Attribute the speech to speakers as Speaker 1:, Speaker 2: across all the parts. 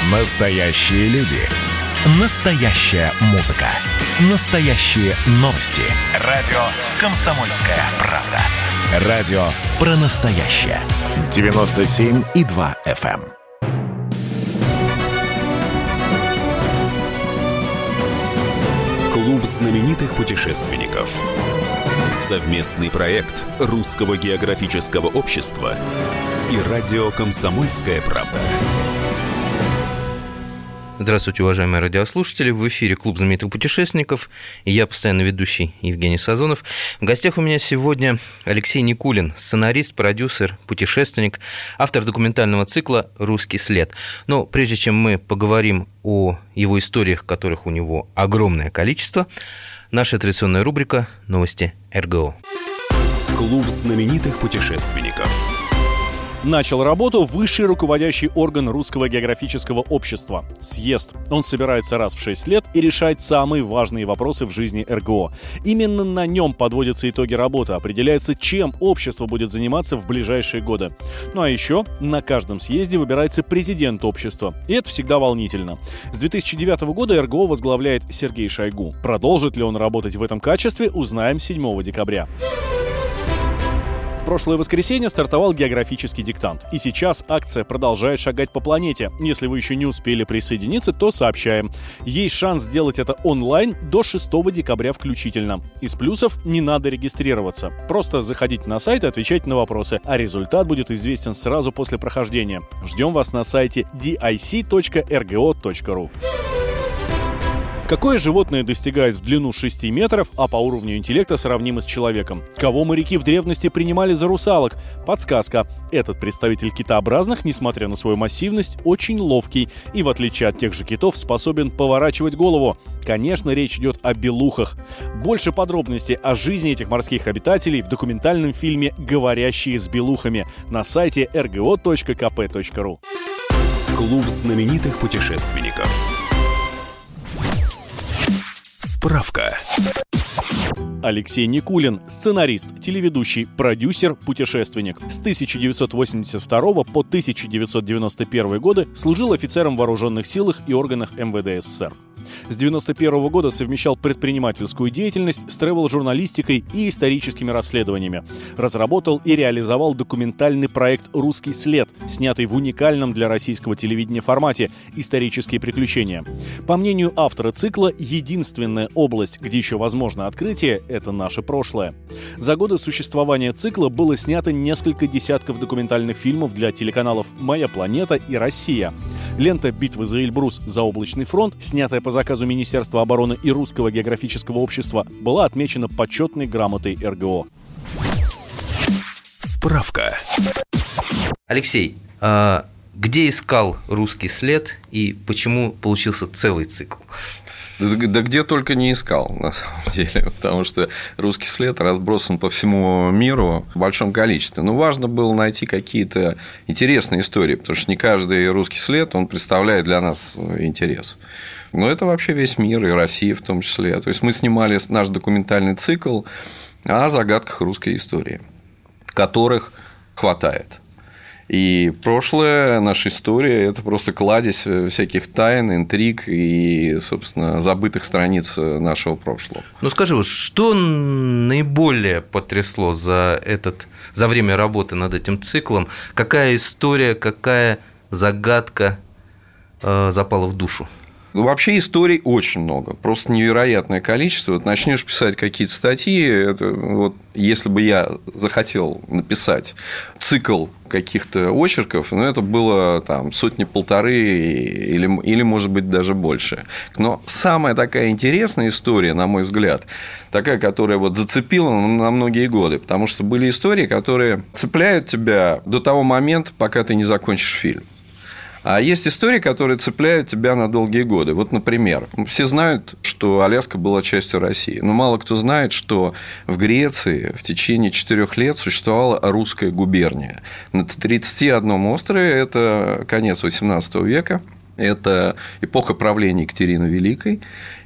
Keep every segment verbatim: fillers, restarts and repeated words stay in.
Speaker 1: Настоящие люди. Настоящая музыка. Настоящие новости. Радио «Комсомольская правда». Радио про настоящее. девяносто семь и два эф эм.
Speaker 2: Клуб знаменитых путешественников. Совместный проект Русского географического общества и радио «Комсомольская правда».
Speaker 3: Здравствуйте, уважаемые радиослушатели. В эфире Клуб знаменитых путешественников. И я, постоянно ведущий Евгений Сазонов. В гостях у меня сегодня Алексей Никулин, сценарист, продюсер, путешественник, автор документального цикла «Русский след». Но прежде чем мы поговорим о его историях, которых у него огромное количество, наша традиционная рубрика «Новости эр гэ о».
Speaker 2: Клуб знаменитых путешественников.
Speaker 4: Начал работу высший руководящий орган Русского географического общества – съезд. Он собирается раз в шесть лет и решает самые важные вопросы в жизни эр гэ о. Именно на нем подводятся итоги работы, определяется, чем общество будет заниматься в ближайшие годы. Ну а еще на каждом съезде выбирается президент общества. И это всегда волнительно. С две тысячи девятого года эр гэ о возглавляет Сергей Шойгу. Продолжит ли он работать в этом качестве, узнаем седьмого декабря. В прошлое воскресенье стартовал географический диктант. И сейчас акция продолжает шагать по планете. Если вы еще не успели присоединиться, то сообщаем. Есть шанс сделать это онлайн до шестого декабря включительно. Из плюсов не надо регистрироваться. Просто заходите на сайт и отвечайте на вопросы, а результат будет известен сразу после прохождения. Ждем вас на сайте ди ай си точка эр гэ о точка ру. Какое животное достигает в длину шести метров, а по уровню интеллекта сравнимо с человеком? Кого моряки в древности принимали за русалок? Подсказка. Этот представитель китообразных, несмотря на свою массивность, очень ловкий и, в отличие от тех же китов, способен поворачивать голову. Конечно, речь идет о белухах. Больше подробностей о жизни этих морских обитателей в документальном фильме «Говорящие с белухами» на сайте эр гэ о точка ка пэ точка ру.
Speaker 2: Клуб знаменитых путешественников. Справка.
Speaker 4: Алексей Никулин – сценарист, телеведущий, продюсер, путешественник. С тысяча девятьсот восемьдесят второго по тысяча девятьсот девяносто первый годы служил офицером в вооруженных силах и органах эм вэ дэ эс эс эр. С девяносто первого года совмещал предпринимательскую деятельность с тревел-журналистикой и историческими расследованиями. Разработал и реализовал документальный проект «Русский след», снятый в уникальном для российского телевидения формате «Исторические приключения». По мнению автора цикла, единственная область, где еще возможно открытие – это наше прошлое. За годы существования цикла было снято несколько десятков документальных фильмов для телеканалов «Моя планета» и «Россия». Лента «Битвы за Эльбрус. Заоблачный фронт», снятая по заказу Министерства обороны и Русского географического общества, была отмечена почетной грамотой эр гэ о.
Speaker 2: Справка.
Speaker 3: Алексей, а где искал «Русский след» и почему получился целый цикл?
Speaker 5: Да где только не искал, на самом деле, потому что «Русский след» разбросан по всему миру в большом количестве. Но важно было найти какие-то интересные истории, потому что не каждый «Русский след», он представляет для нас интерес. Но это вообще весь мир, и Россия в том числе. То есть мы снимали наш документальный цикл о загадках русской истории, которых хватает. И прошлая наша история – это просто кладезь всяких тайн, интриг и, собственно, забытых страниц нашего прошлого.
Speaker 3: Ну, скажи, вот что наиболее потрясло за, этот, за время работы над этим циклом? Какая история, какая загадка э, запала в душу?
Speaker 5: Вообще историй очень много, просто невероятное количество. Вот начнешь писать какие-то статьи, это вот, если бы я захотел написать цикл каких-то очерков, ну, это было там сотни-полторы или, или, может быть, даже больше. Но самая такая интересная история, на мой взгляд, такая, которая вот зацепила на многие годы, потому что были истории, которые цепляют тебя до того момента, пока ты не закончишь фильм. А есть истории, которые цепляют тебя на долгие годы. Вот, например, все знают, что Аляска была частью России, но мало кто знает, что в Греции в течение четырех лет существовала русская губерния. На тридцати одном острове, это конец восемнадцатого века, это эпоха правления Екатерины Великой.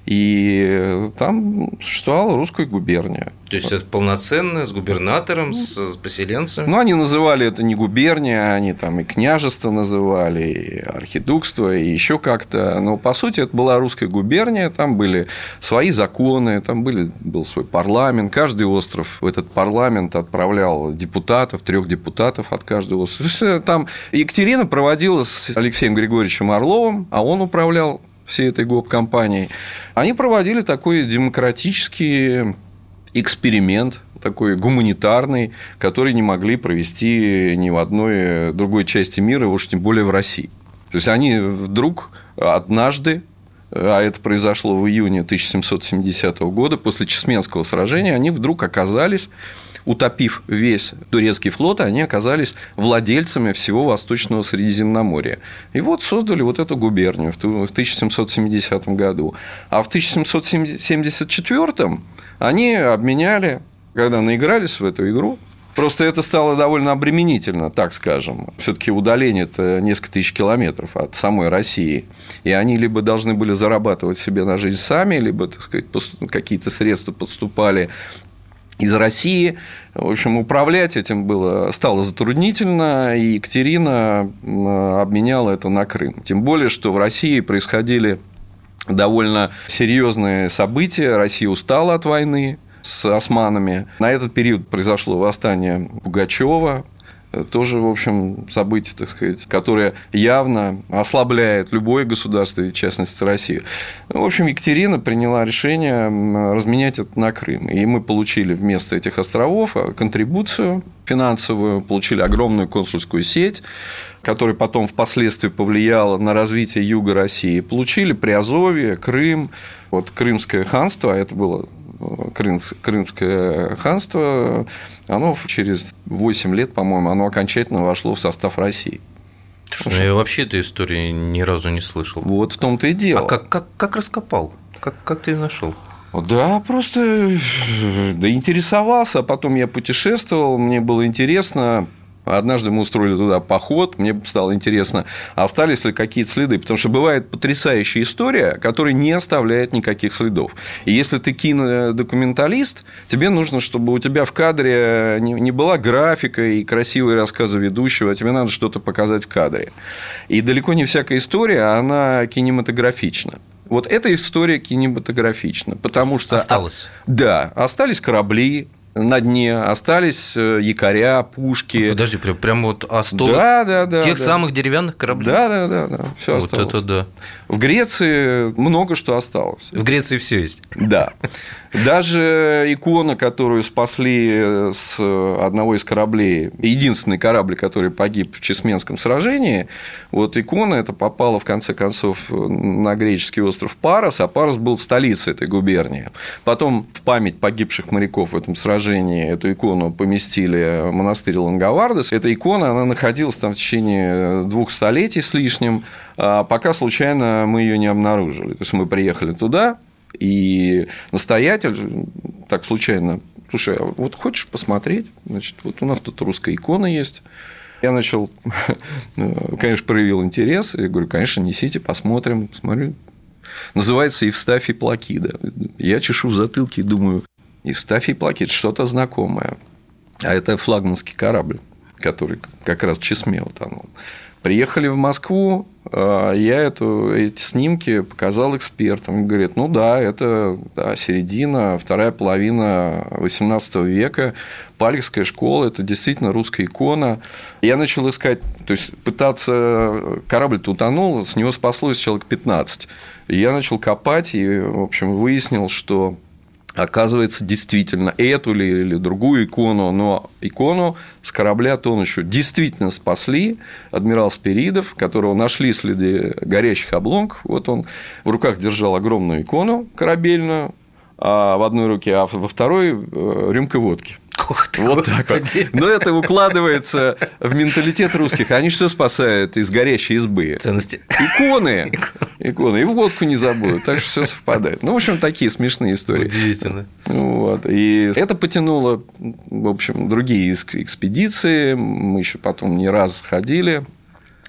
Speaker 5: И там существовала русская губерния.
Speaker 3: То есть это полноценная, с губернатором, с поселенцами?
Speaker 5: Ну, они называли это не губерния, они там и княжество называли, и архидукство, и еще как-то. Но, по сути, это была русская губерния, там были свои законы, там были, был свой парламент. Каждый остров в этот парламент отправлял депутатов, трех депутатов от каждого острова. То есть, там Екатерина проводила с Алексеем Григорьевичем Орловым, а он управлял всей этой гоп-компанией. Они проводили такой демократический эксперимент, такой гуманитарный, который не могли провести ни в одной другой части мира, уж тем более в России. То есть, они вдруг однажды, а это произошло в июне тысяча семьсот семидесятого года, после Чесменского сражения, они вдруг оказались, утопив весь турецкий флот, они оказались владельцами всего Восточного Средиземноморья. И вот создали вот эту губернию в тысяча семьсот семидесятом году. А в тысяча семьсот семьдесят четвёртом они обменяли, когда наигрались в эту игру, просто это стало довольно обременительно, так скажем. Все-таки удаление это несколько тысяч километров от самой России. И они либо должны были зарабатывать себе на жизнь сами, либо, так сказать, какие-то средства поступали из России. В общем, управлять этим было, стало затруднительно, и Екатерина обменяла это на Крым. Тем более, что в России происходили довольно серьезные события. Россия устала от войны с османами. На этот период произошло восстание Пугачева. Тоже, в общем, событие, так сказать, которое явно ослабляет любое государство, в частности, Россию. В общем, Екатерина приняла решение разменять это на Крым. И мы получили вместо этих островов контрибуцию финансовую, получили огромную консульскую сеть, которая потом впоследствии повлияла на развитие юга России. Получили Приазовье, Крым, вот Крымское ханство, это было Крымское ханство, оно через восемь лет, по-моему, оно окончательно вошло в состав России.
Speaker 3: Слушай, ну я вообще этой истории ни разу не слышал.
Speaker 5: Вот в том-то и дело.
Speaker 3: А как, как, как раскопал? Как, как ты ее нашел?
Speaker 5: Да, просто да, интересовался, а потом я путешествовал, мне было интересно. Однажды мы устроили туда поход, мне стало интересно, остались ли какие-то следы, потому что бывает потрясающая история, которая не оставляет никаких следов. И если ты кинодокументалист, тебе нужно, чтобы у тебя в кадре не была графика и красивые рассказы ведущего, а тебе надо что-то показать в кадре. И далеко не всякая история, она кинематографична. Вот эта история кинематографична, потому что...
Speaker 3: Осталось.
Speaker 5: Да, остались корабли на дне, остались якоря, пушки.
Speaker 3: Подожди, прям, прям вот остов
Speaker 5: да, да, да,
Speaker 3: тех
Speaker 5: да.
Speaker 3: самых деревянных кораблей?
Speaker 5: Да, да, да, да. Все
Speaker 3: вот
Speaker 5: осталось.
Speaker 3: Это да.
Speaker 5: В Греции много что осталось.
Speaker 3: В Греции все есть.
Speaker 5: Да. Даже икона, которую спасли с одного из кораблей, единственный корабль, который погиб в Чесменском сражении, вот икона эта попала в конце концов на греческий остров Парос, а Парос был столицей этой губернии. Потом в память погибших моряков в этом сражении эту икону поместили в монастырь Лангобардос. Эта икона, она находилась там в течение двух столетий с лишним, пока случайно мы ее не обнаружили. То есть мы приехали туда, и настоятель так случайно: слушай, а вот хочешь посмотреть? Значит, вот у нас тут русская икона есть. Я начал, конечно, проявил интерес. Я говорю, конечно, несите, посмотрим. Смотрю, называется Евстафий Плакида. Я чешу в затылке и думаю, Евстафий Плакид, что-то знакомое. А это флагманский корабль, который как раз в Чесме утонул. Приехали в Москву, я эту, эти снимки показал экспертам. И говорят, ну да, это да, середина, вторая половина восемнадцатого века, Палехская школа, это действительно русская икона. Я начал искать, то есть пытаться, корабль-то утонул, с него спаслось человек пятнадцать. И я начал копать и, в общем, выяснил, что оказывается, действительно, эту или, или другую икону, но икону с корабля тонущего действительно спасли. Адмирал Спиридов, которого нашли следы горящих обломков. Вот он в руках держал огромную икону корабельную, а в одной руке, а во второй рюмка водки.
Speaker 3: Ох ты,
Speaker 5: вот так вот. Но это укладывается в менталитет русских. Они что спасают из горящей избы?
Speaker 3: Ценности.
Speaker 5: Иконы. Иконы. И водку не забудут. Так что все совпадает. Ну, в общем, такие смешные истории.
Speaker 3: Удивительно.
Speaker 5: Вот. И это потянуло, в общем, другие экспедиции. Мы еще потом не раз ходили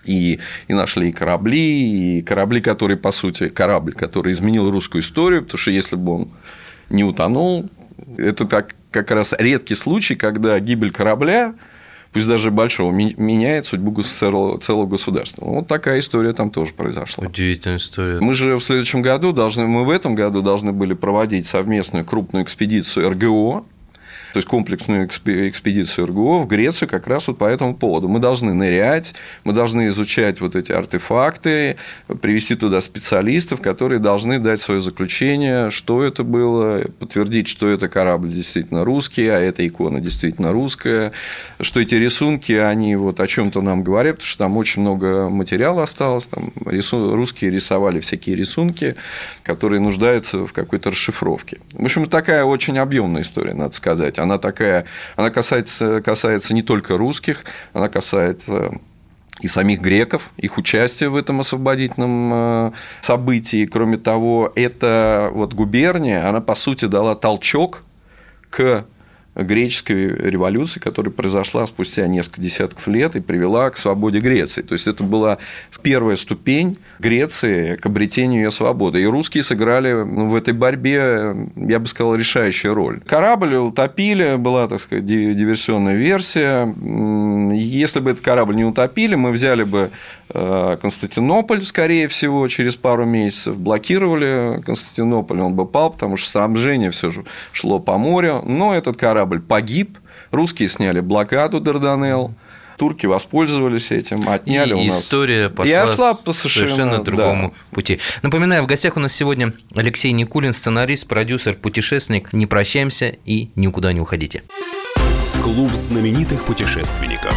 Speaker 5: И, и нашли и корабли, и корабли, которые, по сути, корабль, который изменил русскую историю, потому что если бы он не утонул, это так, как раз редкий случай, когда гибель корабля, пусть даже большого, меняет судьбу целого, целого государства. Вот такая история там тоже произошла.
Speaker 3: Удивительная история.
Speaker 5: Мы же в следующем году должны, мы в этом году должны были проводить совместную крупную экспедицию эр гэ о, то есть комплексную экспедицию эр гэ о в Грецию как раз вот по этому поводу. Мы должны нырять, мы должны изучать вот эти артефакты, привести туда специалистов, которые должны дать свое заключение, что это было, подтвердить, что это корабль действительно русский, а эта икона действительно русская, что эти рисунки, они вот о чем-то нам говорят, потому что там очень много материала осталось, там рису... русские рисовали всякие рисунки, которые нуждаются в какой-то расшифровке. В общем, такая очень объемная история, надо сказать. Она такая, она касается, касается не только русских, она касается и самих греков, их участия в этом освободительном событии. Кроме того, эта вот губерния, она, по сути, дала толчок к греческой революции, которая произошла спустя несколько десятков лет и привела к свободе Греции. То есть, это была первая ступень Греции к обретению ее свободы. И русские сыграли в этой борьбе, я бы сказал, решающую роль. Корабль утопили, была, так сказать, диверсионная версия. Если бы этот корабль не утопили, мы взяли бы Константинополь, скорее всего, через пару месяцев, блокировали Константинополь, он бы пал, потому что снабжение все же шло по морю. Но этот корабль погиб, русские сняли блокаду Дарданелл, турки воспользовались этим, отняли
Speaker 3: и
Speaker 5: у нас.
Speaker 3: История пошла по совершенно, совершенно другому да. пути. Напоминаю, в гостях у нас сегодня Алексей Никулин, сценарист, продюсер, путешественник. Не прощаемся и никуда не уходите.
Speaker 2: Клуб знаменитых путешественников.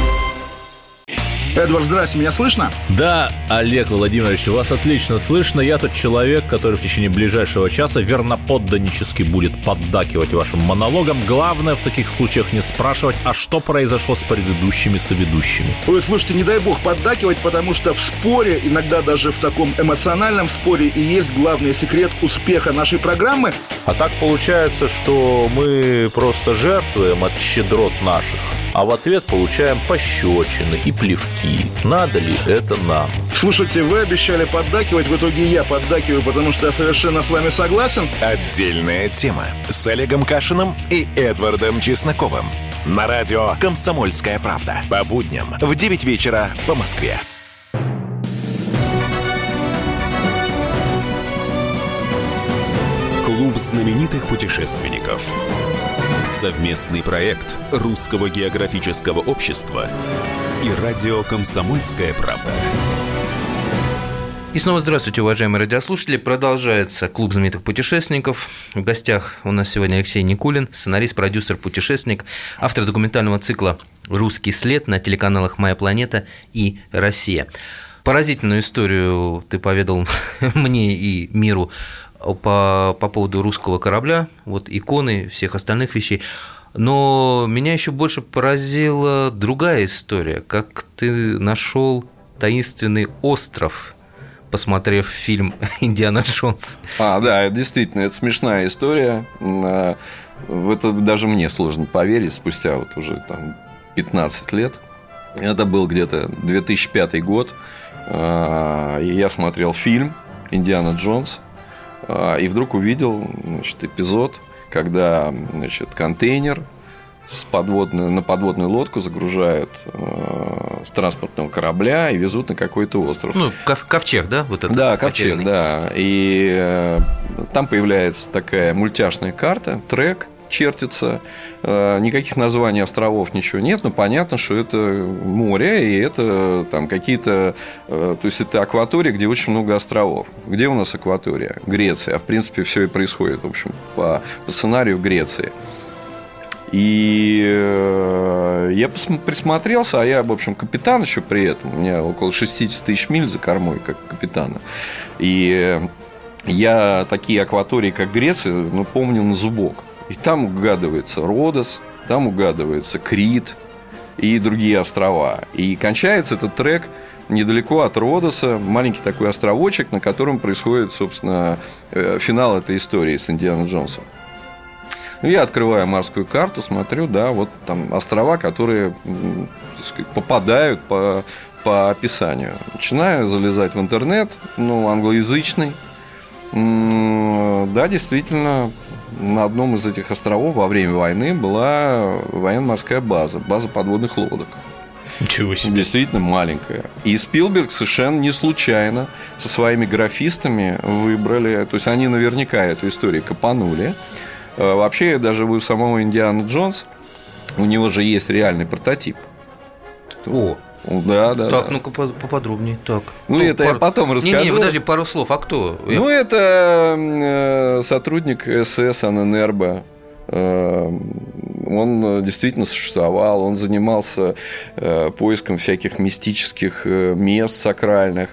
Speaker 6: Эдвард, здрасте, меня слышно?
Speaker 7: Да, Олег Владимирович, вас отлично слышно. Я тот человек, который в течение ближайшего часа верноподданнически будет поддакивать вашим монологам. Главное в таких случаях не спрашивать, а что произошло с предыдущими соведущими.
Speaker 6: Ой, слушайте, не дай бог поддакивать, потому что в споре, иногда даже в таком эмоциональном споре, и есть главный секрет успеха нашей программы.
Speaker 7: А так получается, что мы просто жертвуем от щедрот наших, а в ответ получаем пощечины и плевки. Надо ли это нам?
Speaker 6: Слушайте, вы обещали поддакивать, в итоге я поддакиваю, потому что я совершенно с вами согласен.
Speaker 1: Отдельная тема с Олегом Кашиным и Эдвардом Чесноковым. На радио «Комсомольская правда». По будням в девять вечера по Москве.
Speaker 2: Клуб знаменитых путешественников. Совместный проект Русского географического общества и радио «Комсомольская правда».
Speaker 3: И снова здравствуйте, уважаемые радиослушатели. Продолжается Клуб знаменитых путешественников. В гостях у нас сегодня Алексей Никулин, сценарист, продюсер, путешественник, автор документального цикла «Русский след» на телеканалах «Моя планета» и «Россия». Поразительную историю ты поведал мне и миру по, по поводу русского корабля, вот иконы, всех остальных вещей. Но меня еще больше поразила другая история, как ты нашел таинственный остров, посмотрев фильм «Индиана Джонс».
Speaker 5: А, да, действительно, это смешная история. В это даже мне сложно поверить спустя вот уже там пятнадцать лет. Это был где-то две тысячи пятый год. И я смотрел фильм «Индиана Джонс», и вдруг увидел, значит, эпизод, когда, значит, контейнер с подводной, на подводную лодку загружают э, с транспортного корабля и везут на какой-то остров.
Speaker 3: Ну, ковчег, да? Вот это
Speaker 5: да, ковчег, потерянный. Да. И э, там появляется такая мультяшная карта, трек чертится, э, никаких названий островов, ничего нет, но понятно, что это море, и это там какие-то... Э, то есть, это акватория, где очень много островов. Где у нас акватория? Греция. А в принципе, все и происходит, в общем, по, по сценарию в Греции. И я присмотрелся, а я, в общем, капитан еще при этом. У меня около шестьдесят тысяч миль за кормой, как капитана. И я такие акватории, как Греция, ну, помню на зубок. И там угадывается Родос, там угадывается Крит и другие острова. И кончается этот трек недалеко от Родоса, маленький такой островочек, на котором происходит, собственно, финал этой истории с Индианой Джонсом. Я открываю морскую карту, смотрю, да, вот там острова, которые, так сказать, попадают по, по описанию. Начинаю залезать в интернет, ну, англоязычный. Да, действительно, на одном из этих островов во время войны была военно-морская база, база подводных лодок.
Speaker 3: Ничего себе.
Speaker 5: Действительно маленькая. И Спилберг совершенно не случайно со своими графистами выбрали, то есть они наверняка эту историю копанули. Вообще, даже у самого Индиана Джонс, у него же есть реальный прототип.
Speaker 3: О,
Speaker 5: да, да.
Speaker 3: Так,
Speaker 5: да.
Speaker 3: ну-ка поподробнее. Так.
Speaker 5: Ну, ну это пару... я потом расскажу.
Speaker 3: Не, не, подожди, пару слов. А кто?
Speaker 5: Ну, я... это сотрудник СС Анэнербо. Он действительно существовал, он занимался поиском всяких мистических мест сакральных.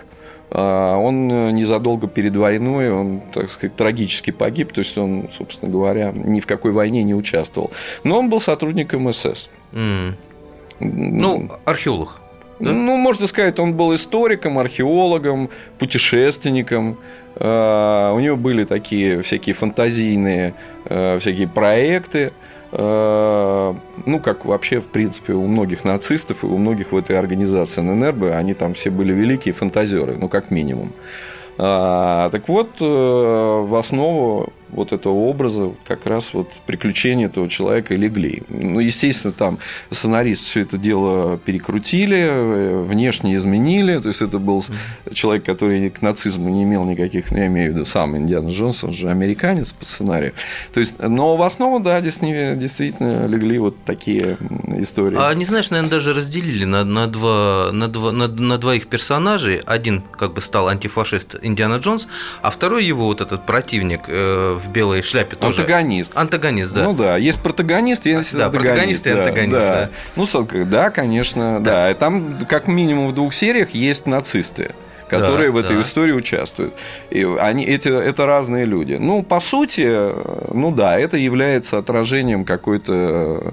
Speaker 5: Он незадолго перед войной, он, так сказать, трагически погиб, то есть он, собственно говоря, ни в какой войне не участвовал. Но он был сотрудником СС.
Speaker 3: Mm. Ну, археолог. Да?
Speaker 5: Ну, можно сказать, он был историком, археологом, путешественником. У него были такие всякие фантазийные всякие проекты. Ну, как вообще, в принципе, у многих нацистов и у многих в этой организации Анэнербо, они там все были великие фантазеры, ну, как минимум. А, так вот, в основу вот этого образа как раз вот приключения этого человека и легли. Ну, естественно, там сценарист все это дело перекрутили, внешне изменили. То есть, это был человек, который к нацизму не имел никаких, я имею в виду сам Индиана Джонс, он же американец по сценарию. То есть, но в основу, да, действительно легли вот такие истории.
Speaker 3: А не знаешь, наверное, даже разделили на, на, два, на, два, на, на двоих персонажей. Один как бы стал антифашист Индиана Джонс, а второй его вот этот противник в белой шляпе тоже.
Speaker 5: Антагонист.
Speaker 3: Антагонист, да.
Speaker 5: Ну да, есть протагонист, есть
Speaker 3: да,
Speaker 5: антагонист.
Speaker 3: Протагонист и антагонист,
Speaker 5: да.
Speaker 3: да.
Speaker 5: Ну, да, конечно, да. да. И там как минимум в двух сериях есть нацисты, которые да, в этой да. истории участвуют. И они, эти, это разные люди. Ну, по сути, ну да, это является отражением какой-то,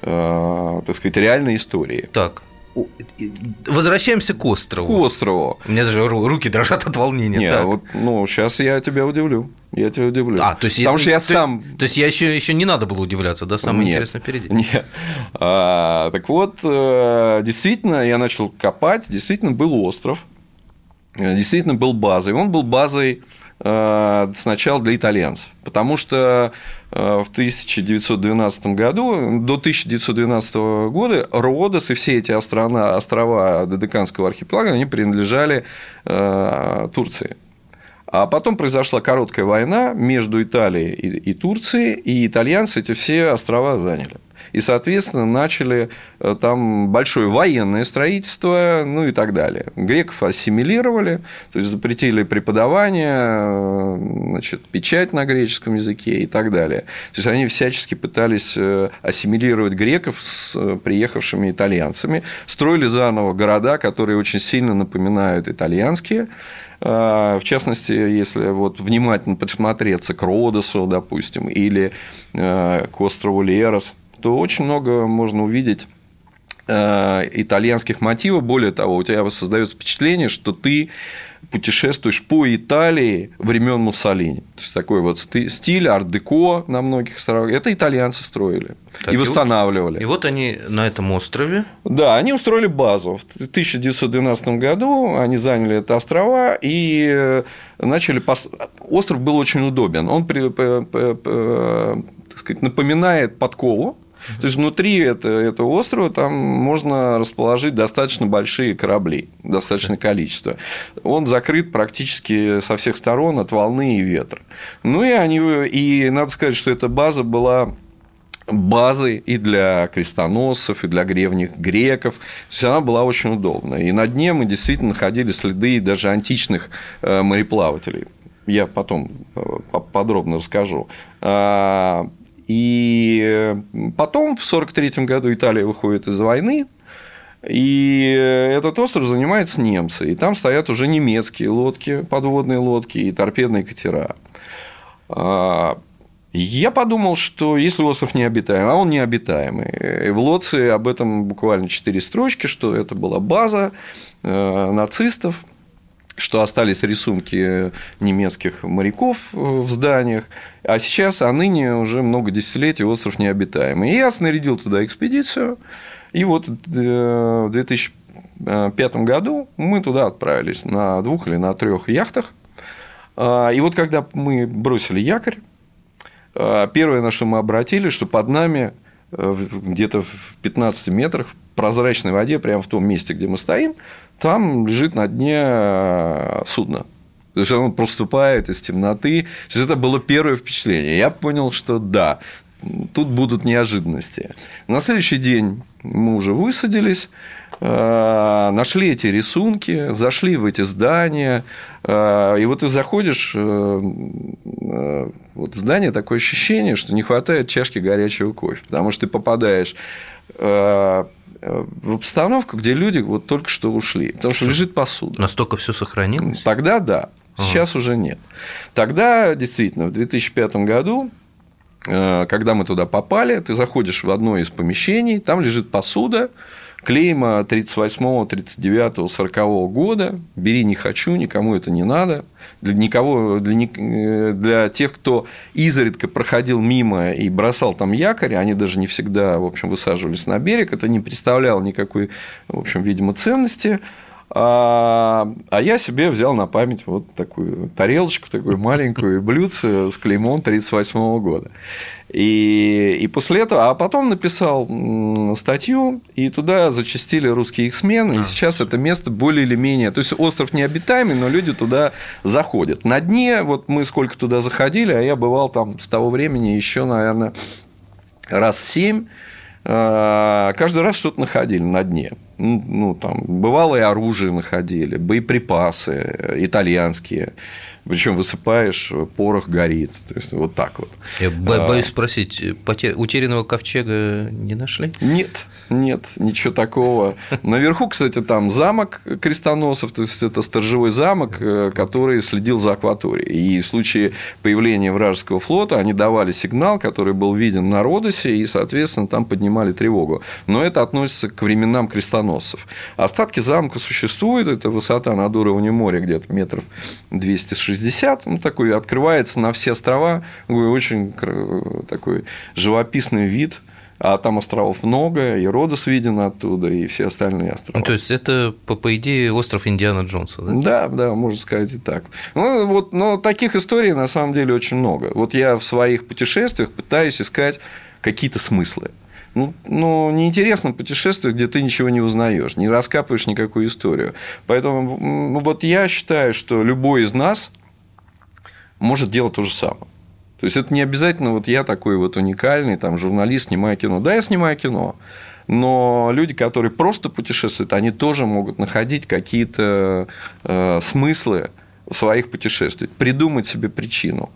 Speaker 5: э, так сказать, реальной истории.
Speaker 3: Так. Возвращаемся к острову.
Speaker 5: К острову.
Speaker 3: У меня даже руки дрожат от волнения.
Speaker 5: Нет, вот, ну, сейчас я тебя удивлю. Я тебя удивлю.
Speaker 3: А, то есть
Speaker 5: Потому
Speaker 3: это,
Speaker 5: что я
Speaker 3: то,
Speaker 5: сам.
Speaker 3: То есть я еще, еще не надо было удивляться, да? Самое
Speaker 5: нет,
Speaker 3: интересное впереди.
Speaker 5: Нет. А, так вот, действительно, я начал копать. Действительно, был остров. Действительно, был базой. Он был базой сначала для итальянцев, потому что в тысяча девятьсот двенадцатом году, до тысяча девятьсот двенадцатого года Родос и все эти острова, острова Додеканского архипелага, они принадлежали Турции. А потом произошла короткая война между Италией и Турцией, и итальянцы эти все острова заняли. И, соответственно, начали там большое военное строительство, ну и так далее. Греков ассимилировали, то есть запретили преподавание, значит, печать на греческом языке и так далее. То есть они всячески пытались ассимилировать греков с приехавшими итальянцами, строили заново города, которые очень сильно напоминают итальянские. В частности, если вот внимательно посмотреться к Родосу, допустим, или к острову Лерос, то очень много можно увидеть итальянских мотивов. Более того, у тебя создается впечатление, что ты путешествуешь по Италии времен Муссолини. То есть такой вот стиль арт-деко на многих островах. Это итальянцы строили так, и восстанавливали.
Speaker 3: И вот они на этом острове.
Speaker 5: Да, они устроили базу. В тысяча девятьсот двенадцатом году они заняли это острова и начали. Пост... Остров был очень удобен. Он, так сказать, напоминает подкову. То есть внутри этого острова там можно расположить достаточно большие корабли, достаточное количество. Он закрыт практически со всех сторон от волны и ветра. Ну и они, и надо сказать, что эта база была базой и для крестоносцев, и для древних греков. То есть она была очень удобна. И на дне мы действительно находили следы даже античных мореплавателей. Я потом подробно расскажу. И потом, в сорок третьем году, Италия выходит из войны, и этот остров занимаются немцы. И там стоят уже немецкие лодки, подводные лодки и торпедные катера. Я подумал, что если остров необитаемый, а он необитаемый, в Лоции об этом буквально четыре строчки, что это была база нацистов, что остались рисунки немецких моряков в зданиях, а сейчас, а ныне уже много десятилетий остров необитаемый. И я снарядил туда экспедицию, и вот в две тысячи пятом году мы туда отправились на двух или на трех яхтах. И вот когда мы бросили якорь, первое, на что мы обратили, что под нами где-то в пятнадцати метрах в прозрачной воде, прямо в том месте, где мы стоим, там лежит на дне судно. То есть оно проступает из темноты. То есть это было первое впечатление. Я понял, что да, тут будут неожиданности. На следующий день мы уже высадились, нашли эти рисунки, зашли в эти здания. И вот ты заходишь вот в здание, такое ощущение, что не хватает чашки горячего кофе, потому что ты попадаешь в обстановку, где люди вот только что ушли, потому что лежит посуда.
Speaker 3: Настолько все сохранилось?
Speaker 5: Тогда да, сейчас ага. уже нет. Тогда действительно в две тысячи пятом году, когда мы туда попали, ты заходишь в одно из помещений, там лежит посуда, клейма тридцать восьмого, тридцать девятого, сорокового года, бери не хочу, никому это не надо. Для, никого, для, для тех, кто изредка проходил мимо и бросал там якорь, они даже не всегда, в общем, высаживались на берег, это не представляло никакой, в общем, видимо, ценности. А, а я себе взял на память вот такую тарелочку, такую маленькую блюдце с клеймом тридцать восьмого года. И, и после этого, а потом написал статью, и туда зачастили русские X-Men, и сейчас это место более или менее, то есть остров необитаемый, но люди туда заходят. На дне, вот мы сколько туда заходили, а я бывал там с того времени еще, наверное, раз семь. Каждый раз что-то находили на дне. Ну, там, бывало и оружие находили, боеприпасы итальянские. Причем высыпаешь, порох горит. То есть, вот так вот.
Speaker 3: Я боюсь спросить, утерянного ковчега не нашли?
Speaker 5: Нет, нет, ничего такого. Наверху, кстати, там замок крестоносов, то есть это сторожевой замок, который следил за акваторией. И в случае появления вражеского флота они давали сигнал, который был виден на Родосе, и, соответственно, там поднимали тревогу. Но это относится к временам крестоносцев. Остатки замка существуют, это высота над уровнем моря где-то метров двести шестьдесят. Ну, такой открывается на все острова, очень такой живописный вид, а там островов много, и Родос виден оттуда, и все остальные острова.
Speaker 3: Ну, то есть это, по, по идее, остров Индиана Джонса, да?
Speaker 5: Да, да, можно сказать и так. Ну, вот, но таких историй на самом деле очень много. Вот я в своих путешествиях пытаюсь искать какие-то смыслы. Ну, ну, неинтересно путешествовать, где ты ничего не узнаешь, не раскапываешь никакую историю. Поэтому ну, вот я считаю, что любой из нас может делать то же самое. То есть это не обязательно вот я такой вот уникальный там, журналист, снимаю кино. Да, я снимаю кино, но люди, которые просто путешествуют, они тоже могут находить какие-то э, смыслы в своих путешествиях, придумать себе причину.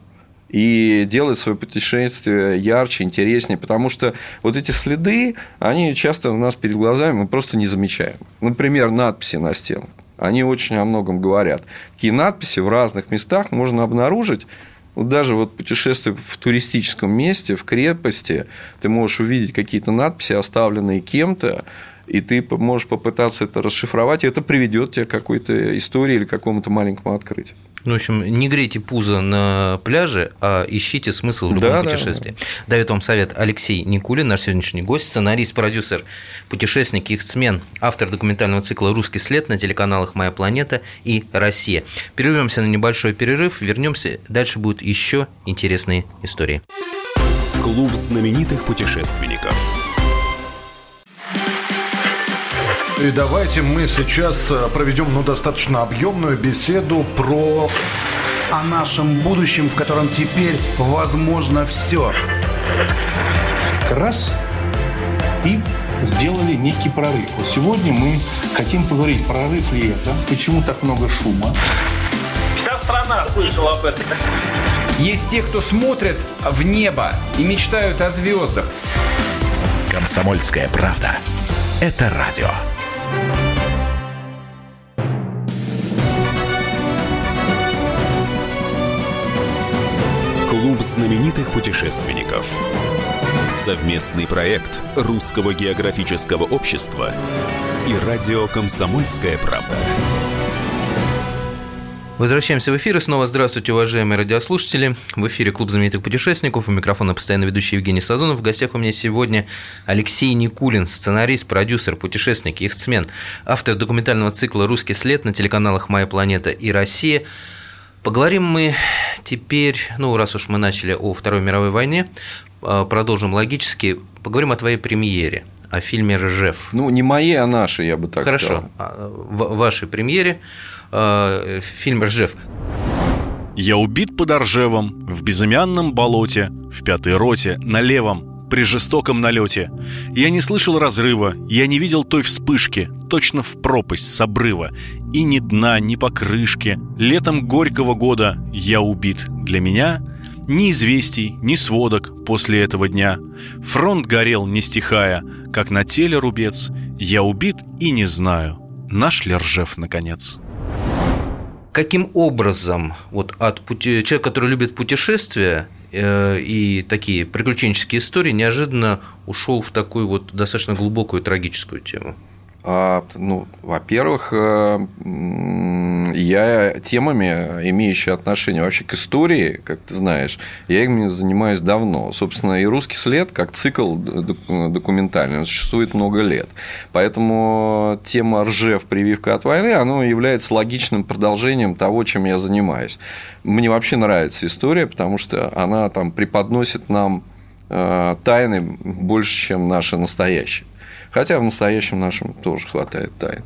Speaker 5: И делать свое путешествие ярче, интереснее, потому что вот эти следы, они часто у нас перед глазами, мы просто не замечаем. Например, надписи на стенах, они очень о многом говорят. Такие надписи в разных местах можно обнаружить. Вот даже вот путешествуя в туристическом месте, в крепости, ты можешь увидеть какие-то надписи, оставленные кем-то, и ты можешь попытаться это расшифровать, и это приведет тебя к какой-то истории или к какому-то маленькому открытию.
Speaker 3: Ну, в общем, не грейте пузо на пляже, а ищите смысл в любом да, путешествии. Да, да. Дает вам совет Алексей Никулин, наш сегодняшний гость, сценарист, продюсер, путешественник, X-Men, автор документального цикла «Русский след» на телеканалах «Моя планета» и «Россия». Прервемся на небольшой перерыв, вернемся, дальше будут еще интересные истории.
Speaker 2: Клуб знаменитых путешественников.
Speaker 8: И давайте мы сейчас проведем ну, достаточно объемную беседу про...
Speaker 9: о нашем будущем, в котором теперь возможно все.
Speaker 10: Раз и сделали некий прорыв. Вот сегодня мы хотим поговорить, прорыв ли это, почему так много шума.
Speaker 11: Вся страна слышала об этом.
Speaker 12: Есть те, кто смотрят в небо и мечтают о звездах.
Speaker 1: «Комсомольская правда» – это радио.
Speaker 2: Клуб знаменитых путешественников. Совместный проект Русского географического общества и радио «Комсомольская правда».
Speaker 3: Возвращаемся в эфир. И снова здравствуйте, уважаемые радиослушатели. В эфире Клуб знаменитых путешественников. У микрофона постоянно ведущий Евгений Сазонов. В гостях у меня сегодня Алексей Никулин, сценарист, продюсер, путешественник, яхтсмен, автор документального цикла «Русский след» на телеканалах «Моя планета» и «Россия». Поговорим мы теперь, ну, раз уж мы начали о Второй мировой войне, продолжим логически. Поговорим о твоей премьере, о фильме «Ржев».
Speaker 5: Ну, не моей, а нашей, я бы так
Speaker 3: Хорошо.
Speaker 5: сказал.
Speaker 3: Хорошо. В вашей премьере фильм «Ржев».
Speaker 4: Я убит под Ржевом, в безымянном болоте, в пятой роте, на левом, при жестоком налете. Я не слышал разрыва, я не видел той вспышки, точно в пропасть с обрыва. И ни дна, ни покрышки. Летом горького года я убит. Для меня ни известий, ни сводок после этого дня. Фронт горел, не стихая, как на теле рубец. Я убит и не знаю, наш ли Ржев наконец.
Speaker 3: Каким образом вот от пути... человек, который любит путешествия э, и такие приключенческие истории, неожиданно ушел в такую вот достаточно глубокую трагическую тему?
Speaker 5: А, ну, во-первых, я темами, имеющие отношение вообще к истории, как ты знаешь, я ими занимаюсь давно. Собственно, и «Русский след», как цикл документальный, он существует много лет. Поэтому тема «Ржев. Прививка от войны», она является логичным продолжением того, чем я занимаюсь. Мне вообще нравится история, потому что она там преподносит нам тайны больше, чем наши настоящие. Хотя в настоящем нашем тоже хватает тайн.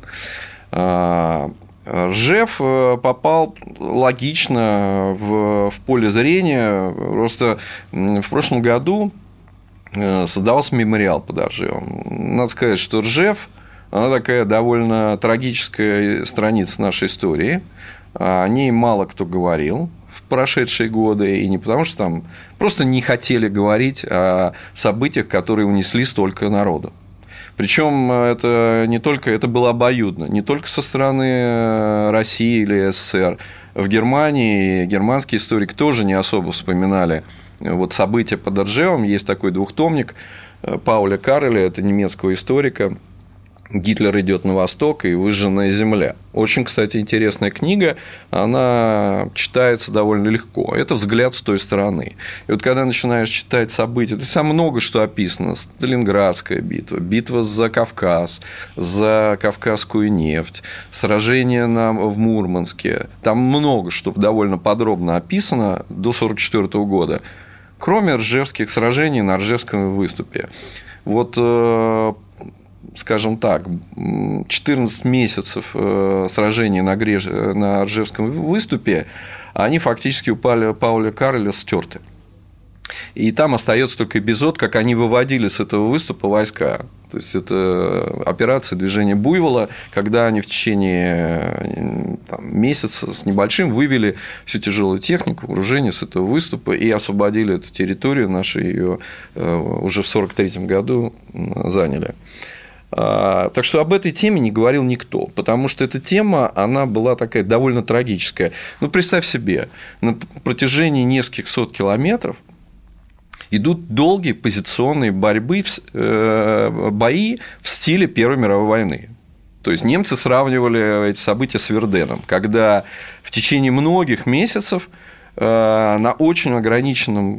Speaker 5: Ржев попал логично в, в поле зрения. Просто в прошлом году создавался мемориал под Ржевом. Надо сказать, что Ржев – она такая довольно трагическая страница нашей истории. О ней мало кто говорил в прошедшие годы. И не потому, что там просто не хотели говорить о событиях, которые унесли столько народу. Причем это не только, это было обоюдно, не только со стороны России или СССР. В Германии германские историки тоже не особо вспоминали вот события под Ржевом. Есть такой двухтомник Пауля Карреля, это немецкого историка. «Гитлер идет на восток» и «Выжженная земля». Очень, кстати, интересная книга, она читается довольно легко. Это взгляд с той стороны. И вот когда начинаешь читать события, то есть там много что описано. Сталинградская битва, битва за Кавказ, за кавказскую нефть, сражение на, в Мурманске. Там много что довольно подробно описано до сорок четвёртого года, кроме ржевских сражений на Ржевском выступе. Вот, скажем так, четырнадцать месяцев сражений на, Греж... на Ржевском выступе, они фактически у Пауля Карреля стерты. И там остается только эпизод, как они выводили с этого выступа войска. То есть это операция движения Буйвола, когда они в течение там, месяца с небольшим вывели всю тяжелую технику, вооружение с этого выступа и освободили эту территорию, наши ее уже в сорок третьем году заняли. Так что об этой теме не говорил никто, потому что эта тема, она была такая довольно трагическая. Ну, представь себе, на протяжении нескольких сот километров идут долгие позиционные борьбы, бои в стиле Первой мировой войны. То есть немцы сравнивали эти события с Верденом, когда в течение многих месяцев на очень ограниченном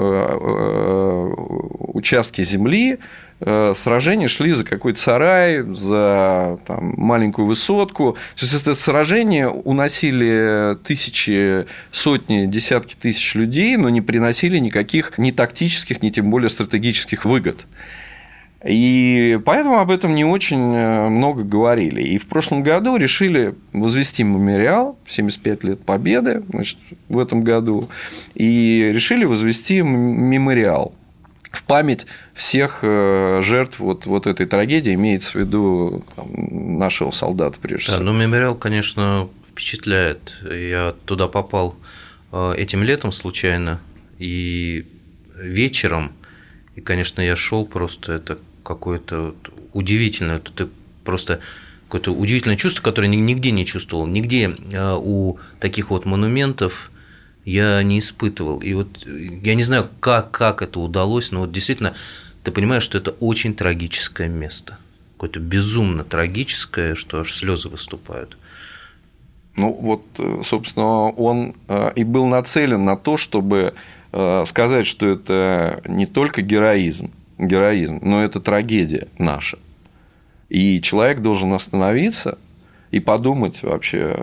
Speaker 5: участке земли сражения шли за какой-то сарай, за там, маленькую высотку. То есть это сражение уносили тысячи, сотни, десятки тысяч людей, но не приносили никаких ни тактических, ни тем более стратегических выгод. И поэтому об этом не очень много говорили. И в прошлом году решили возвести мемориал, семьдесят пять лет Победы, значит, в этом году, и решили возвести мемориал в память всех жертв вот, вот этой трагедии, имеется в виду там, нашего солдата, прежде всего.
Speaker 3: Да, ну, мемориал, конечно, впечатляет. Я туда попал этим летом случайно, и вечером, и, конечно, я шел просто, это какое-то удивительное, это просто какое-то удивительное чувство, которое нигде не чувствовал, нигде у таких вот монументов я не испытывал. И вот я не знаю, как, как это удалось, но вот действительно ты понимаешь, что это очень трагическое место. Какое-то безумно трагическое, что аж слезы выступают.
Speaker 5: Ну, вот, собственно, он и был нацелен на то, чтобы сказать, что это не только героизм, героизм, но это трагедия наша. И человек должен остановиться и подумать вообще,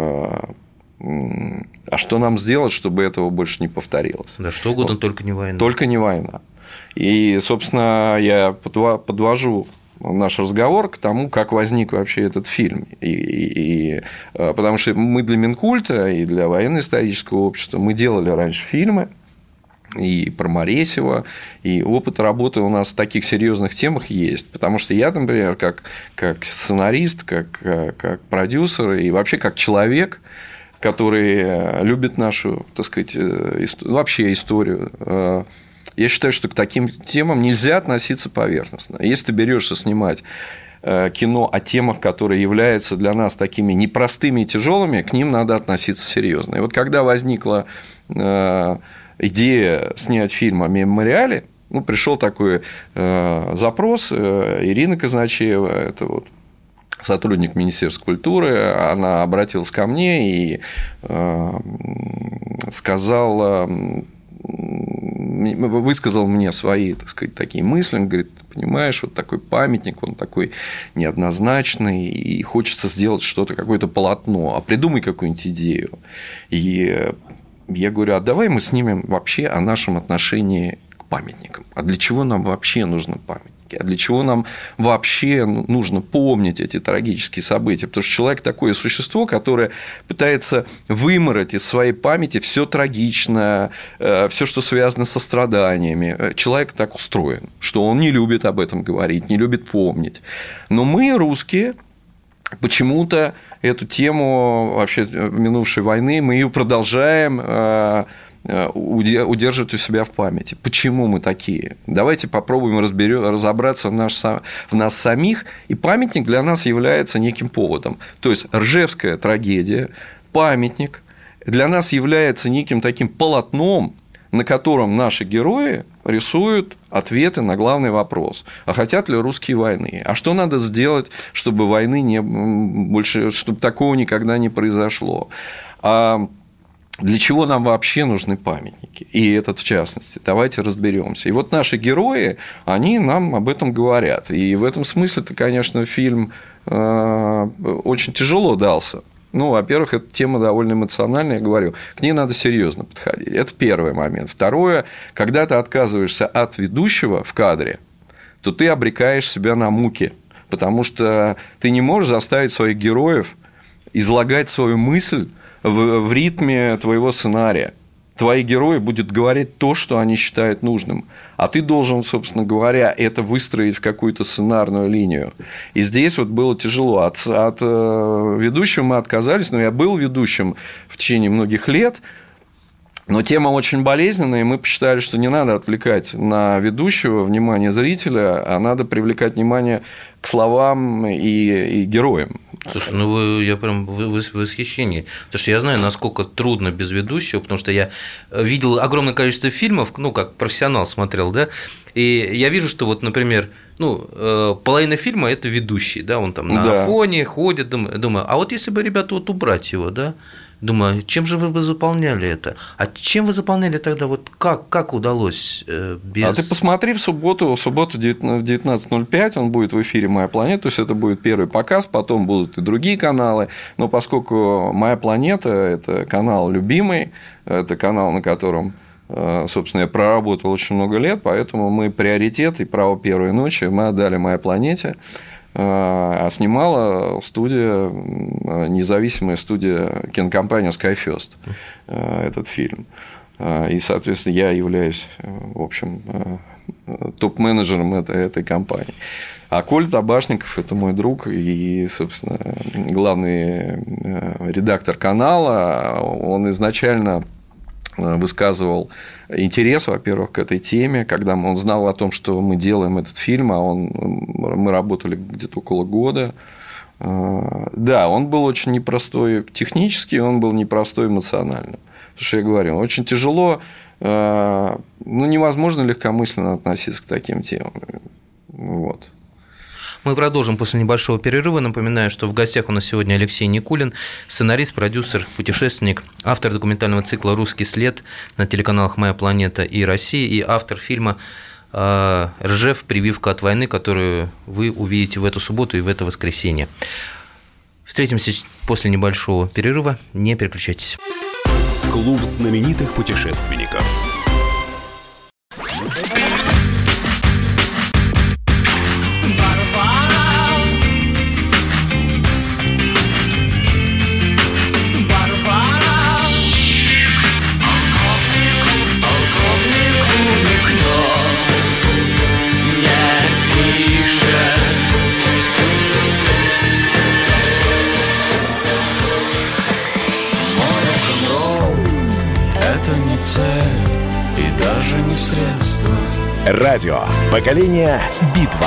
Speaker 5: а что нам сделать, чтобы этого больше не повторилось.
Speaker 3: Да, что угодно,
Speaker 5: вот.
Speaker 3: Только не война.
Speaker 5: Только не война. И, собственно, я подвожу наш разговор к тому, как возник вообще этот фильм. И, и, и, потому что мы для Минкульта и для военно-исторического общества мы делали раньше фильмы и про Моресева, и опыт работы у нас в таких серьезных темах есть. Потому что я, например, как, как сценарист, как, как продюсер и вообще как человек, который любит нашу, так сказать, вообще историю, я считаю, что к таким темам нельзя относиться поверхностно. Если ты берешься снимать кино о темах, которые являются для нас такими непростыми и тяжелыми, к ним надо относиться серьезно. И вот когда возникла идея снять фильм о мемориале, ну, пришел такой запрос Ирины Казначеева, это вот сотрудник Министерства культуры, она обратилась ко мне и сказала, высказал мне свои, так сказать, такие мысли. Он говорит, ты понимаешь, вот такой памятник, он такой неоднозначный, и хочется сделать что-то, какое-то полотно, а придумай какую-нибудь идею. И я говорю, а давай мы снимем вообще о нашем отношении к памятникам. А для чего нам вообще нужны памятники? А для чего нам вообще нужно помнить эти трагические события? Потому что человек такое существо, которое пытается вымороть из своей памяти все трагичное, все, что связано со страданиями. Человек так устроен, что он не любит об этом говорить, не любит помнить. Но мы, русские, почему-то эту тему вообще минувшей войны, мы ее продолжаем удерживать у себя в памяти. Почему мы такие? Давайте попробуем разберем, разобраться в, наш, в нас самих. И памятник для нас является неким поводом. То есть Ржевская трагедия, памятник для нас является неким таким полотном, на котором наши герои рисуют ответы на главный вопрос. А хотят ли русские войны? А что надо сделать, чтобы войны не больше, чтобы такого никогда не произошло? А для чего нам вообще нужны памятники? И этот в частности. Давайте разберемся. И вот наши герои, они нам об этом говорят. И в этом смысле-то, конечно, фильм очень тяжело дался. Ну, во-первых, эта тема довольно эмоциональная, я говорю, к ней надо серьезно подходить. Это первый момент. Второе, когда ты отказываешься от ведущего в кадре, то ты обрекаешь себя на муки, потому что ты не можешь заставить своих героев излагать свою мысль в, в ритме твоего сценария. Твои герои будут говорить то, что они считают нужным, а ты должен, собственно говоря, это выстроить в какую-то сценарную линию. И здесь вот было тяжело. От, от ведущего мы отказались, но я был ведущим в течение многих лет, но тема очень болезненная, и мы посчитали, что не надо отвлекать на ведущего внимание зрителя, а надо привлекать внимание к словам и, и героям.
Speaker 3: Слушай, ну вы, я прям в восхищении, потому что я знаю, насколько трудно без ведущего, потому что я видел огромное количество фильмов, ну, как профессионал смотрел, да, и я вижу, что вот, например, ну, половина фильма – это ведущий, да, он там на да. фоне ходит, думаю, думаю, а вот если бы, ребята, вот убрать его, да, думаю, чем же вы бы заполняли это? А чем вы заполняли тогда? Вот как, как удалось без…
Speaker 5: А ты посмотри в субботу, в субботу в девятнадцать ноль пять он будет в эфире «Моя планета», то есть это будет первый показ, потом будут и другие каналы, но поскольку «Моя планета» – это канал любимый, это канал, на котором, собственно, я проработал очень много лет, поэтому мы приоритет и право первой ночи мы отдали «Моей планете». А снимала студия, независимая студия, кинокомпания Skyfirst этот фильм. И, соответственно, я являюсь, в общем, топ-менеджером этой, этой компании. А Коля Табашников – это мой друг и, собственно, главный редактор канала. Он изначально высказывал интерес, во-первых, к этой теме, когда он знал о том, что мы делаем этот фильм, а он, мы работали где-то около года. Да, он был очень непростой технически, он был непростой эмоционально. Потому что я говорю, очень тяжело, ну, невозможно легкомысленно относиться к таким темам. Вот.
Speaker 3: Мы продолжим после небольшого перерыва. Напоминаю, что в гостях у нас сегодня Алексей Никулин, сценарист, продюсер, путешественник, автор документального цикла «Русский след» на телеканалах «Моя планета» и «Россия» и автор фильма «Ржев. Прививка от войны», которую вы увидите в эту субботу и в это воскресенье. Встретимся после небольшого перерыва. Не переключайтесь.
Speaker 2: Клуб знаменитых путешественников.
Speaker 1: Радио. Поколение Битва.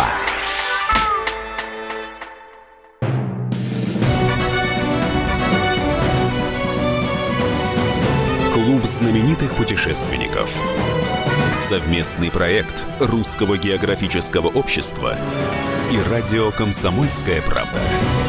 Speaker 2: Клуб знаменитых путешественников. Совместный проект Русского географического общества и радио «Комсомольская правда».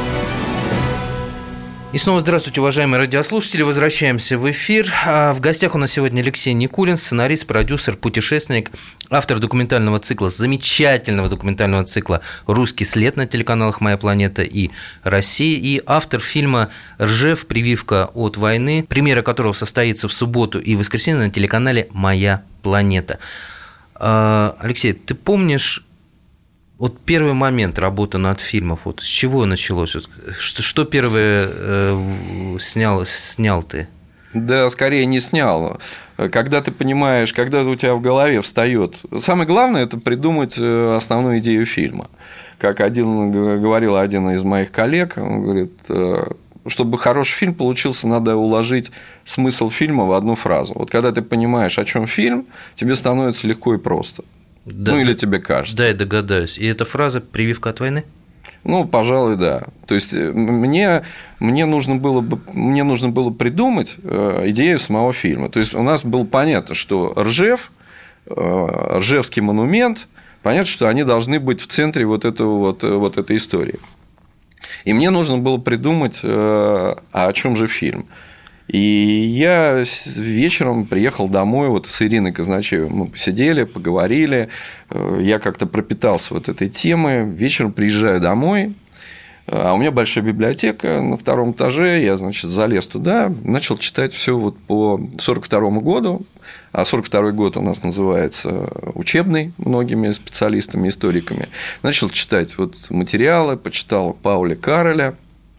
Speaker 3: И снова здравствуйте, уважаемые радиослушатели. Возвращаемся в эфир. В гостях у нас сегодня Алексей Никулин, сценарист, продюсер, путешественник, автор документального цикла, замечательного документального цикла «Русский след» на телеканалах «Моя планета» и «Россия», и автор фильма «Ржев. Прививка от войны», премьера которого состоится в субботу и воскресенье на телеканале «Моя планета». Алексей, ты помнишь вот первый момент работы над фильмом, вот с чего началось? Вот, что, что первое э, снял, снял ты?
Speaker 5: Да, скорее не снял. Когда ты понимаешь, когда у тебя в голове встает. Самое главное – это придумать основную идею фильма. Как один говорил один из моих коллег, он говорит, чтобы хороший фильм получился, надо уложить смысл фильма в одну фразу. Вот когда ты понимаешь, о чем фильм, тебе становится легко и просто. Да, ну, или да, тебе кажется.
Speaker 3: Да, я догадаюсь. И эта фраза «прививка от войны»?
Speaker 5: Ну, пожалуй, да. То есть, мне, мне, нужно было бы, мне нужно было придумать идею самого фильма. То есть, у нас было понятно, что Ржев, Ржевский монумент, понятно, что они должны быть в центре вот, этого, вот, вот этой истории. И мне нужно было придумать, а о чем же фильм. И я вечером приехал домой вот с Ириной Казначеевой. Мы посидели, поговорили. Я как-то пропитался вот этой темой. Вечером приезжаю домой, а у меня большая библиотека на втором этаже. Я, значит, залез туда, начал читать все вот по сорок второму году. А сорок второй год у нас называется учебный многими специалистами, историками. Начал читать вот материалы, почитал Пауля Кароля.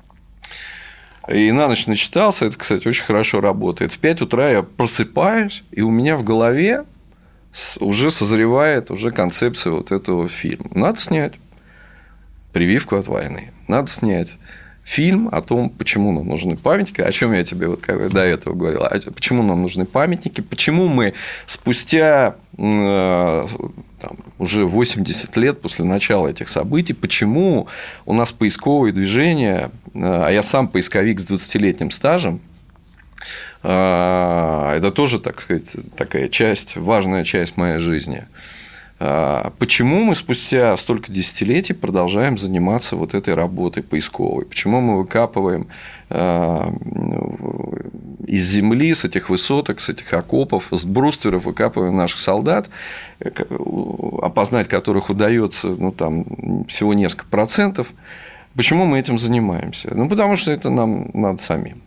Speaker 5: И на ночь начитался, это, кстати, очень хорошо работает. В пять утра я просыпаюсь, и у меня в голове уже созревает уже концепция вот этого фильма. Надо снять «Прививку от войны». Надо снять фильм о том, почему нам нужны памятники, о чем я тебе вот до этого говорил, почему нам нужны памятники, почему мы спустя там, уже восемьдесят лет после начала этих событий, почему у нас поисковые движения, а я сам поисковик с двадцатилетним стажем, это тоже, так сказать, такая часть, важная часть моей жизни. Почему мы спустя столько десятилетий продолжаем заниматься вот этой работой поисковой? Почему мы выкапываем из земли, с этих высоток, с этих окопов, с брустверов выкапываем наших солдат, опознать которых удается ну, там, всего несколько процентов? Почему мы этим занимаемся? Ну, потому что это нам надо самим.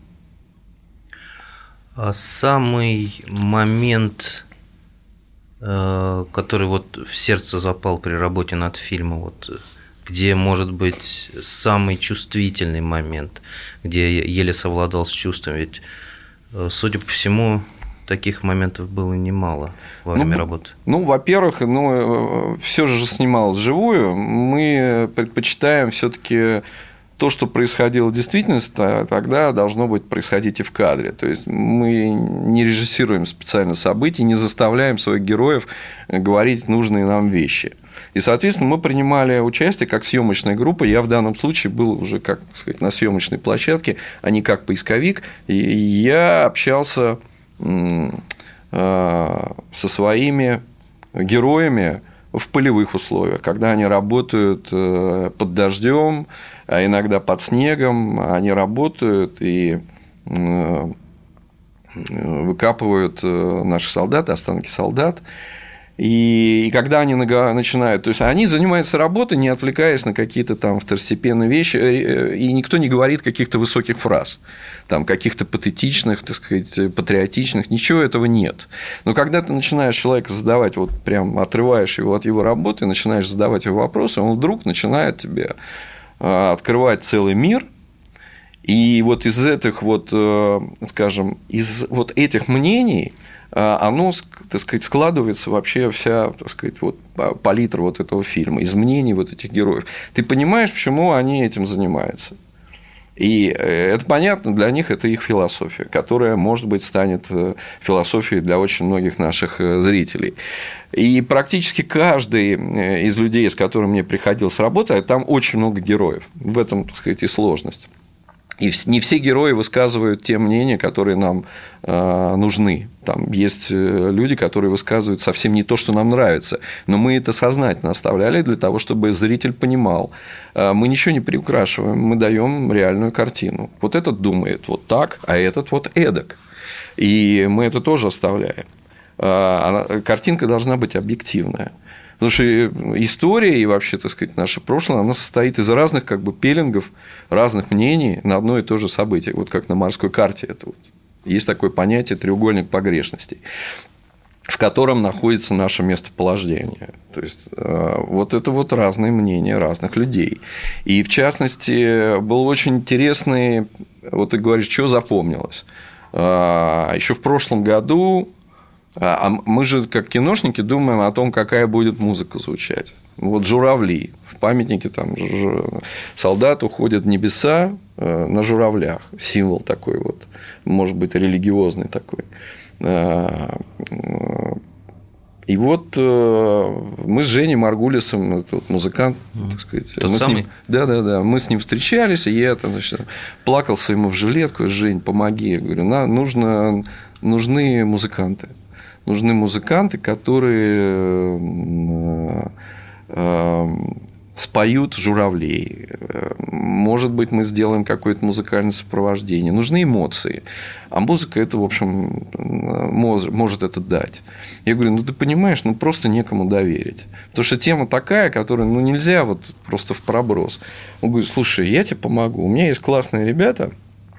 Speaker 3: Самый момент, который вот в сердце запал при работе над фильмом, вот, где, может быть, самый чувствительный момент, где я еле совладал с чувством, ведь, судя по всему, таких моментов было немало во время
Speaker 5: ну,
Speaker 3: работы.
Speaker 5: Ну, во-первых, ну, все же снималось вживую, мы предпочитаем все-таки то, что происходило в действительности, тогда должно быть происходить и в кадре. То есть мы не режиссируем специально события, не заставляем своих героев говорить нужные нам вещи. И, соответственно, мы принимали участие как съемочная группа. Я в данном случае был уже, как сказать, на съемочной площадке, а не как поисковик. И я общался со своими героями в полевых условиях, когда они работают под дождем, а иногда под снегом, они работают и выкапывают наших солдат, останки солдат. И, и когда они начинают, то есть они занимаются работой, не отвлекаясь на какие-то там второстепенные вещи, и никто не говорит каких-то высоких фраз, там, каких-то патетичных, так сказать, патриотичных, ничего этого нет. Но когда ты начинаешь человека задавать, вот прям отрываешь его от его работы, начинаешь задавать его вопросы, он вдруг начинает тебе открывать целый мир. И вот из этих вот, скажем, из вот этих мнений оно, так сказать, складывается вообще вся, так сказать, вот палитра вот этого фильма, из мнений вот этих героев. Ты понимаешь, почему они этим занимаются. И это понятно, для них это их философия, которая, может быть, станет философией для очень многих наших зрителей. И практически каждый из людей, с которыми мне приходилось работать, там очень много героев. В этом, так сказать, и сложность. И не все герои высказывают те мнения, которые нам нужны. Там есть люди, которые высказывают совсем не то, что нам нравится. Но мы это сознательно оставляли для того, чтобы зритель понимал. Мы ничего не приукрашиваем, мы даем реальную картину. Вот этот думает вот так, а этот вот эдак. И мы это тоже оставляем. Картинка должна быть объективная. Потому что история и вообще, так сказать, наше прошлое, она состоит из разных как бы пеленгов, разных мнений на одно и то же событие. Вот как на морской карте это вот. Есть такое понятие треугольник погрешностей, в котором находится наше местоположение. То есть вот это вот разные мнения разных людей. И в частности, был очень интересный, вот ты говоришь, что запомнилось. Еще в прошлом году. А мы же, как киношники, думаем о том, какая будет музыка звучать. Вот журавли. В памятнике там солдат уходит в небеса на журавлях. Символ такой вот, может быть, религиозный такой. И вот мы с Женей Маргулисом, музыкант, так сказать,
Speaker 3: Тот
Speaker 5: мы
Speaker 3: самый?
Speaker 5: с ним, да, да, да, мы с ним встречались, и я там, значит, плакался ему в жилетку: Жень, помоги. Я говорю, нам нужно, нужны музыканты. Нужны музыканты, которые споют журавлей. Может быть, мы сделаем какое-то музыкальное сопровождение. Нужны эмоции. А музыка это, в общем, может это дать. Я говорю, ну ты понимаешь, ну просто некому доверить. Потому что тема такая, которую ну, нельзя вот просто в проброс. Он говорит, слушай, я тебе помогу. У меня есть классные ребята.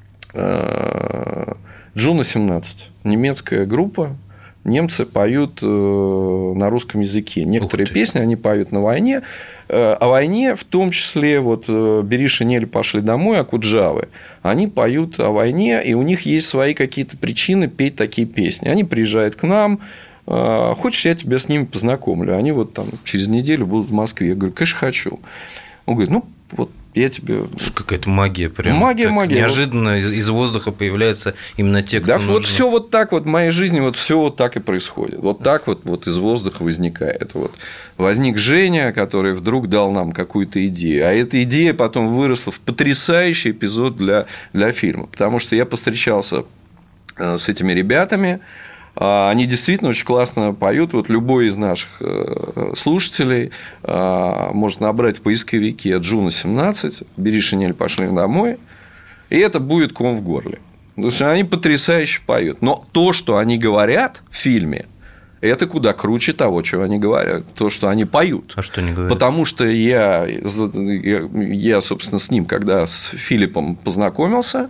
Speaker 5: Джуна семнадцать. Немецкая группа. Немцы поют на русском языке. Некоторые песни они поют на войне. О войне, в том числе, вот «Бери шинель, пошли домой», Акуджавы. Они поют о войне, и у них есть свои какие-то причины петь такие песни. Они приезжают к нам. Хочешь, я тебя с ними познакомлю? Они вот там через неделю будут в Москве. Я говорю, конечно, хочу. Он говорит, ну, вот я тебе...
Speaker 3: Какая-то магия прям.
Speaker 5: Магия, магия.
Speaker 3: Неожиданно вот... из воздуха появляются именно те, кто
Speaker 5: да,
Speaker 3: нужны.
Speaker 5: Вот все вот так вот в моей жизни, вот все вот так и происходит. Вот так вот, вот из воздуха возникает. Вот возник Женя, который вдруг дал нам какую-то идею. А эта идея потом выросла в потрясающий эпизод для, для фильма. Потому что я повстречался с этими ребятами. Они действительно очень классно поют. Вот любой из наших слушателей может набрать в поисковике Джуна семнадцать, «Бери шинель, пошли домой», и это будет ком в горле. Потому что они потрясающе поют. Но то, что они говорят в фильме, это куда круче того, что они говорят, то, что они поют.
Speaker 3: А что они говорят? Потому
Speaker 5: что я, я, собственно, с ним, когда с Филиппом познакомился,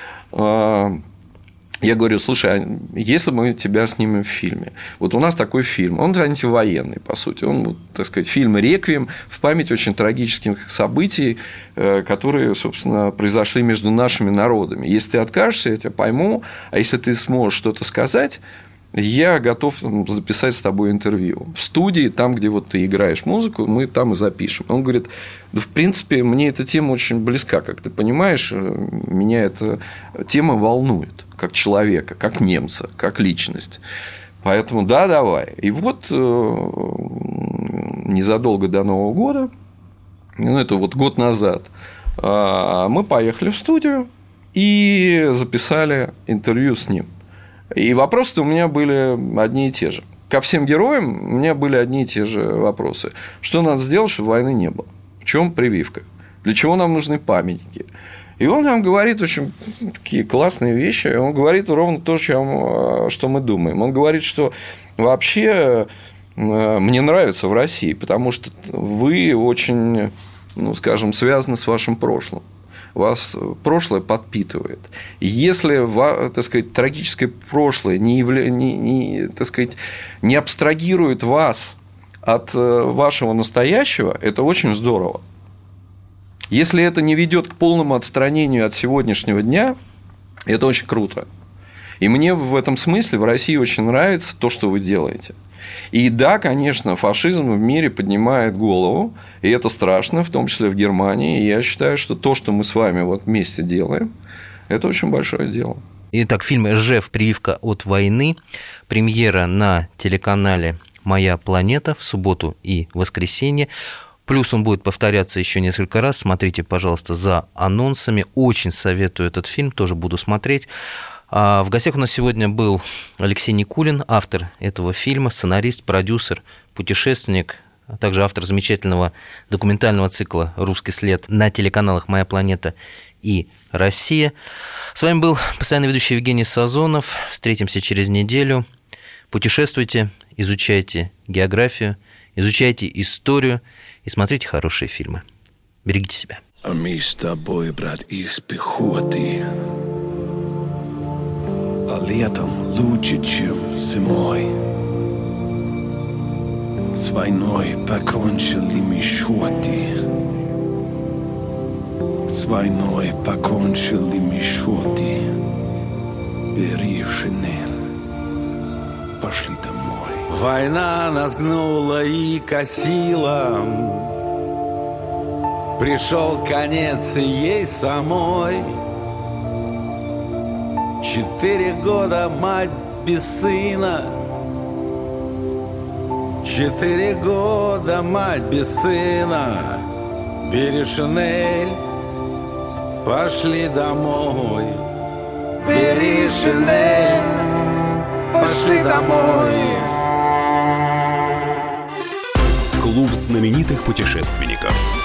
Speaker 5: я говорю, слушай, а если мы тебя снимем в фильме? Вот у нас такой фильм, он антивоенный, по сути. Он, так сказать, фильм «Реквием» в память очень трагических событий, которые, собственно, произошли между нашими народами. Если ты откажешься, я тебя пойму, а если ты сможешь что-то сказать, я готов записать с тобой интервью. В студии, там, где вот ты играешь музыку, мы там и запишем. Он говорит, да, в принципе, мне эта тема очень близка, как ты понимаешь, меня эта тема волнует, как человека, как немца, как личность. Поэтому да, давай. И вот незадолго до Нового года, ну, это вот год назад, мы поехали в студию и записали интервью с ним. И вопросы-то у меня были одни и те же. ко всем героям у меня были одни и те же вопросы. Что надо сделать, чтобы войны не было? В чем прививка? Для чего нам нужны памятники? И он там говорит очень такие классные вещи. Он говорит ровно то, чем, что мы думаем. Он говорит, что вообще мне нравится в России, потому что вы очень, ну, скажем, связаны с вашим прошлым. Вас прошлое подпитывает. Если, так сказать, трагическое прошлое не, явля... не, не, так сказать, не абстрагирует вас от вашего настоящего, это очень здорово. Если это не ведет к полному отстранению от сегодняшнего дня, это очень круто. И мне в этом смысле в России очень нравится то, что вы делаете. И да, конечно, фашизм в мире поднимает голову, и это страшно, в том числе в Германии. И я считаю, что то, что мы с вами вот вместе делаем, это очень большое дело.
Speaker 3: Итак, фильм «Ржев. Прививка от войны». Премьера на телеканале «Моя планета» в субботу и воскресенье. Плюс он будет повторяться еще несколько раз. Смотрите, пожалуйста, за анонсами. Очень советую этот фильм, тоже буду смотреть. В гостях у нас сегодня был Алексей Никулин, автор этого фильма, сценарист, продюсер, путешественник, а также автор замечательного документального цикла «Русский след» на телеканалах «Моя планета» и «Россия». С вами был постоянный ведущий Евгений Сазонов. Встретимся через неделю. Путешествуйте, изучайте географию, изучайте историю и смотрите хорошие фильмы. Берегите себя.
Speaker 13: А мы с тобой, брат, из пехоты. А летом лучше, чем зимой. С войной покончили мы счеты. С войной покончили мы счеты. Бери шинель, пошли домой. Война нас гнула и косила. Пришел конец и ей самой. Четыре года мать без сына. Четыре года мать без сына. Бери шинель, пошли домой. Бери шинель, пошли домой.
Speaker 2: Клуб знаменитых путешественников.